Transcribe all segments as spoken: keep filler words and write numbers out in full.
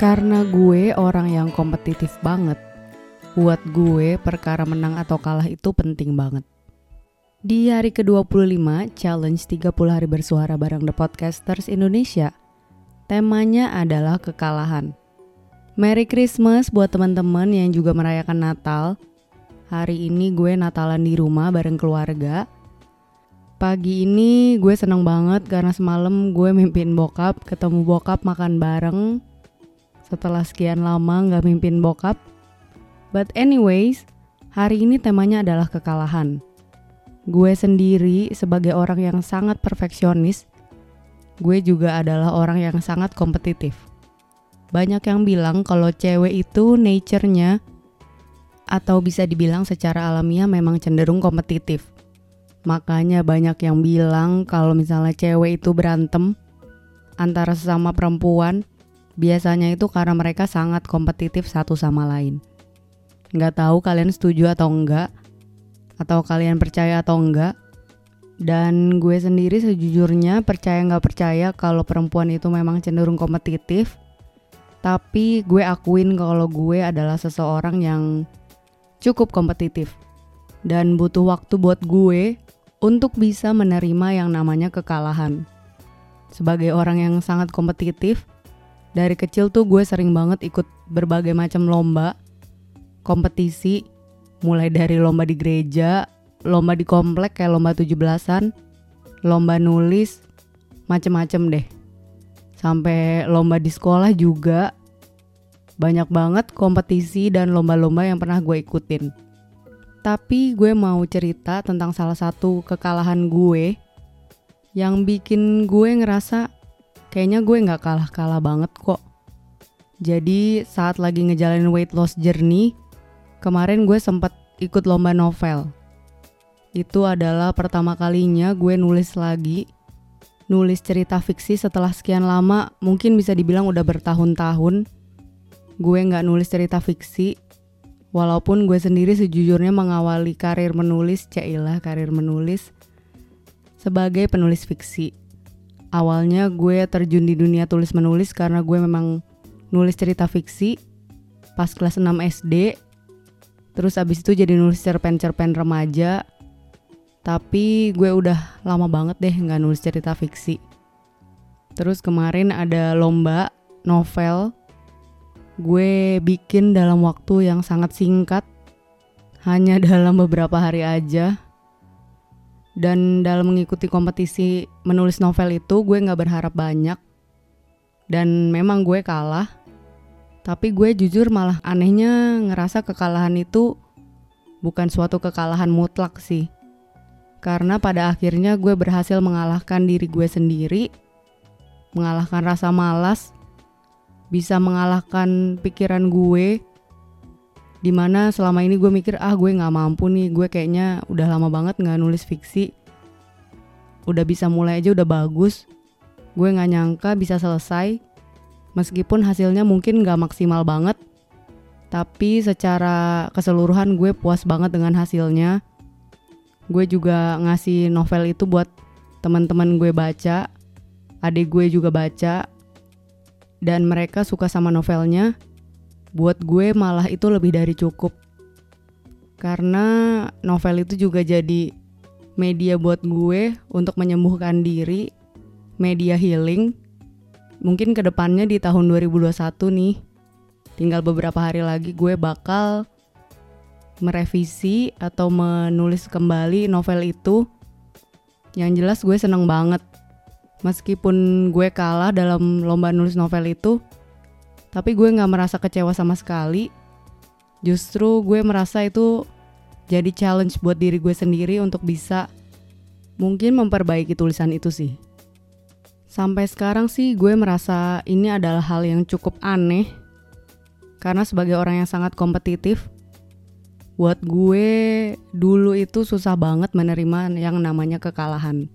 Karena gue orang yang kompetitif banget, buat gue perkara menang atau kalah itu penting banget. Di hari ke dua puluh lima, challenge tiga puluh hari bersuara bareng The Podcasters Indonesia, temanya adalah kekalahan. Merry Christmas buat teman-teman yang juga merayakan Natal. Hari ini gue Natalan di rumah bareng keluarga. Pagi ini gue seneng banget karena semalam gue mimpin bokap, ketemu bokap makan bareng. Setelah sekian lama gak mimpin bokap. But anyways, hari ini temanya adalah kekalahan. Gue sendiri sebagai orang yang sangat perfeksionis, gue juga adalah orang yang sangat kompetitif. Banyak yang bilang kalau cewek itu nature-nya atau bisa dibilang secara alamiah memang cenderung kompetitif. Makanya banyak yang bilang kalau misalnya cewek itu berantem antara sesama perempuan, biasanya itu karena mereka sangat kompetitif satu sama lain. Nggak tahu kalian setuju atau enggak, atau kalian percaya atau enggak. Dan gue sendiri sejujurnya percaya nggak percaya kalau perempuan itu memang cenderung kompetitif. Tapi gue akuin kalau gue adalah seseorang yang cukup kompetitif. Dan butuh waktu buat gue untuk bisa menerima yang namanya kekalahan. Sebagai orang yang sangat kompetitif, dari kecil tuh gue sering banget ikut berbagai macam lomba, kompetisi, mulai dari lomba di gereja, lomba di komplek kayak lomba tujuh belasan, lomba nulis, macem-macem deh. Sampai lomba di sekolah juga, banyak banget kompetisi dan lomba-lomba yang pernah gue ikutin. Tapi gue mau cerita tentang salah satu kekalahan gue yang bikin gue ngerasa kayaknya gue gak kalah-kalah banget kok. Jadi saat lagi ngejalanin weight loss journey, kemarin gue sempat ikut lomba novel. Itu adalah pertama kalinya gue nulis lagi. Nulis cerita fiksi setelah sekian lama, mungkin bisa dibilang udah bertahun-tahun gue gak nulis cerita fiksi. Walaupun gue sendiri sejujurnya mengawali karir menulis, cailah karir menulis, sebagai penulis fiksi. Awalnya gue terjun di dunia tulis menulis karena gue memang nulis cerita fiksi pas kelas enam S D. Terus abis itu jadi nulis cerpen-cerpen remaja. Tapi gue udah lama banget deh gak nulis cerita fiksi. Terus kemarin ada lomba novel. Gue bikin dalam waktu yang sangat singkat. Hanya dalam beberapa hari aja. Dan dalam mengikuti kompetisi menulis novel itu gue gak berharap banyak. Dan memang gue kalah. Tapi gue jujur malah anehnya ngerasa kekalahan itu bukan suatu kekalahan mutlak sih. Karena pada akhirnya gue berhasil mengalahkan diri gue sendiri, mengalahkan rasa malas, bisa mengalahkan pikiran gue, dimana selama ini gue mikir ah gue gak mampu nih, gue kayaknya udah lama banget gak nulis fiksi, udah bisa mulai aja udah bagus. Gue gak nyangka bisa selesai. Meskipun hasilnya mungkin gak maksimal banget, tapi secara keseluruhan gue puas banget dengan hasilnya. Gue juga ngasih novel itu buat teman-teman gue baca, adik gue juga baca, dan mereka suka sama novelnya. Buat gue malah itu lebih dari cukup. Karena novel itu juga jadi media buat gue untuk menyembuhkan diri, media healing. Mungkin kedepannya di tahun dua ribu dua puluh satu nih, tinggal beberapa hari lagi gue bakal merevisi atau menulis kembali novel itu. Yang jelas gue seneng banget. Meskipun gue kalah dalam lomba nulis novel itu, tapi gue gak merasa kecewa sama sekali. Justru gue merasa itu jadi challenge buat diri gue sendiri untuk bisa mungkin memperbaiki tulisan itu sih. Sampai sekarang sih gue merasa ini adalah hal yang cukup aneh. Karena sebagai orang yang sangat kompetitif, buat gue dulu itu susah banget menerima yang namanya kekalahan.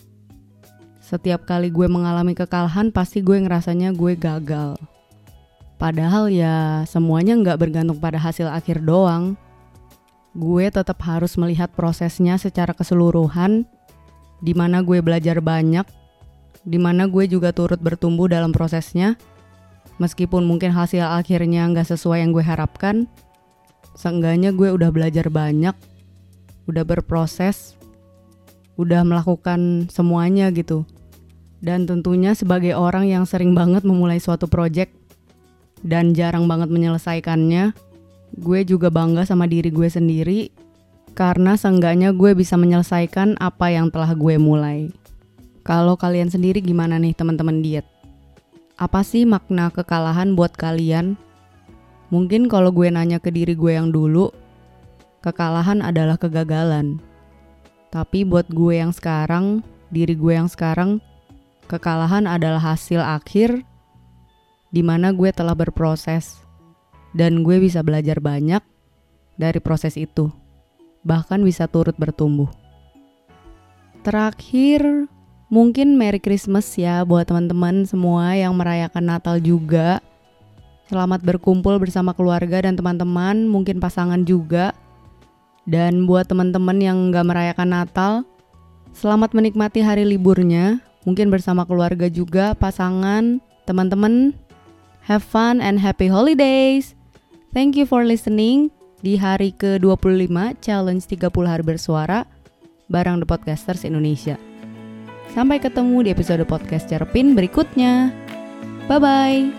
Setiap kali gue mengalami kekalahan pasti gue ngerasanya gue gagal. Padahal ya semuanya gak bergantung pada hasil akhir doang. Gue tetap harus melihat prosesnya secara keseluruhan, dimana gue belajar banyak, dimana gue juga turut bertumbuh dalam prosesnya. Meskipun mungkin hasil akhirnya gak sesuai yang gue harapkan, seenggaknya gue udah belajar banyak, udah berproses, udah melakukan semuanya gitu. Dan tentunya sebagai orang yang sering banget memulai suatu project dan jarang banget menyelesaikannya, gue juga bangga sama diri gue sendiri karena seenggaknya gue bisa menyelesaikan apa yang telah gue mulai. Kalau kalian sendiri gimana nih teman-teman diet? Apa sih makna kekalahan buat kalian? Mungkin kalau gue nanya ke diri gue yang dulu, kekalahan adalah kegagalan. Tapi buat gue yang sekarang, diri gue yang sekarang, kekalahan adalah hasil akhir di mana gue telah berproses dan gue bisa belajar banyak dari proses itu. Bahkan bisa turut bertumbuh. Terakhir, mungkin Merry Christmas ya buat teman-teman semua yang merayakan Natal juga. Selamat berkumpul bersama keluarga dan teman-teman, mungkin pasangan juga. Dan buat teman-teman yang gak merayakan Natal, selamat menikmati hari liburnya, mungkin bersama keluarga juga, pasangan, teman-teman. Have fun and happy holidays. Thank you for listening di hari ke dua puluh lima Challenge tiga puluh Hari Bersuara bareng The Podcasters Indonesia. Sampai ketemu di episode podcast Cerpin berikutnya. Bye-bye.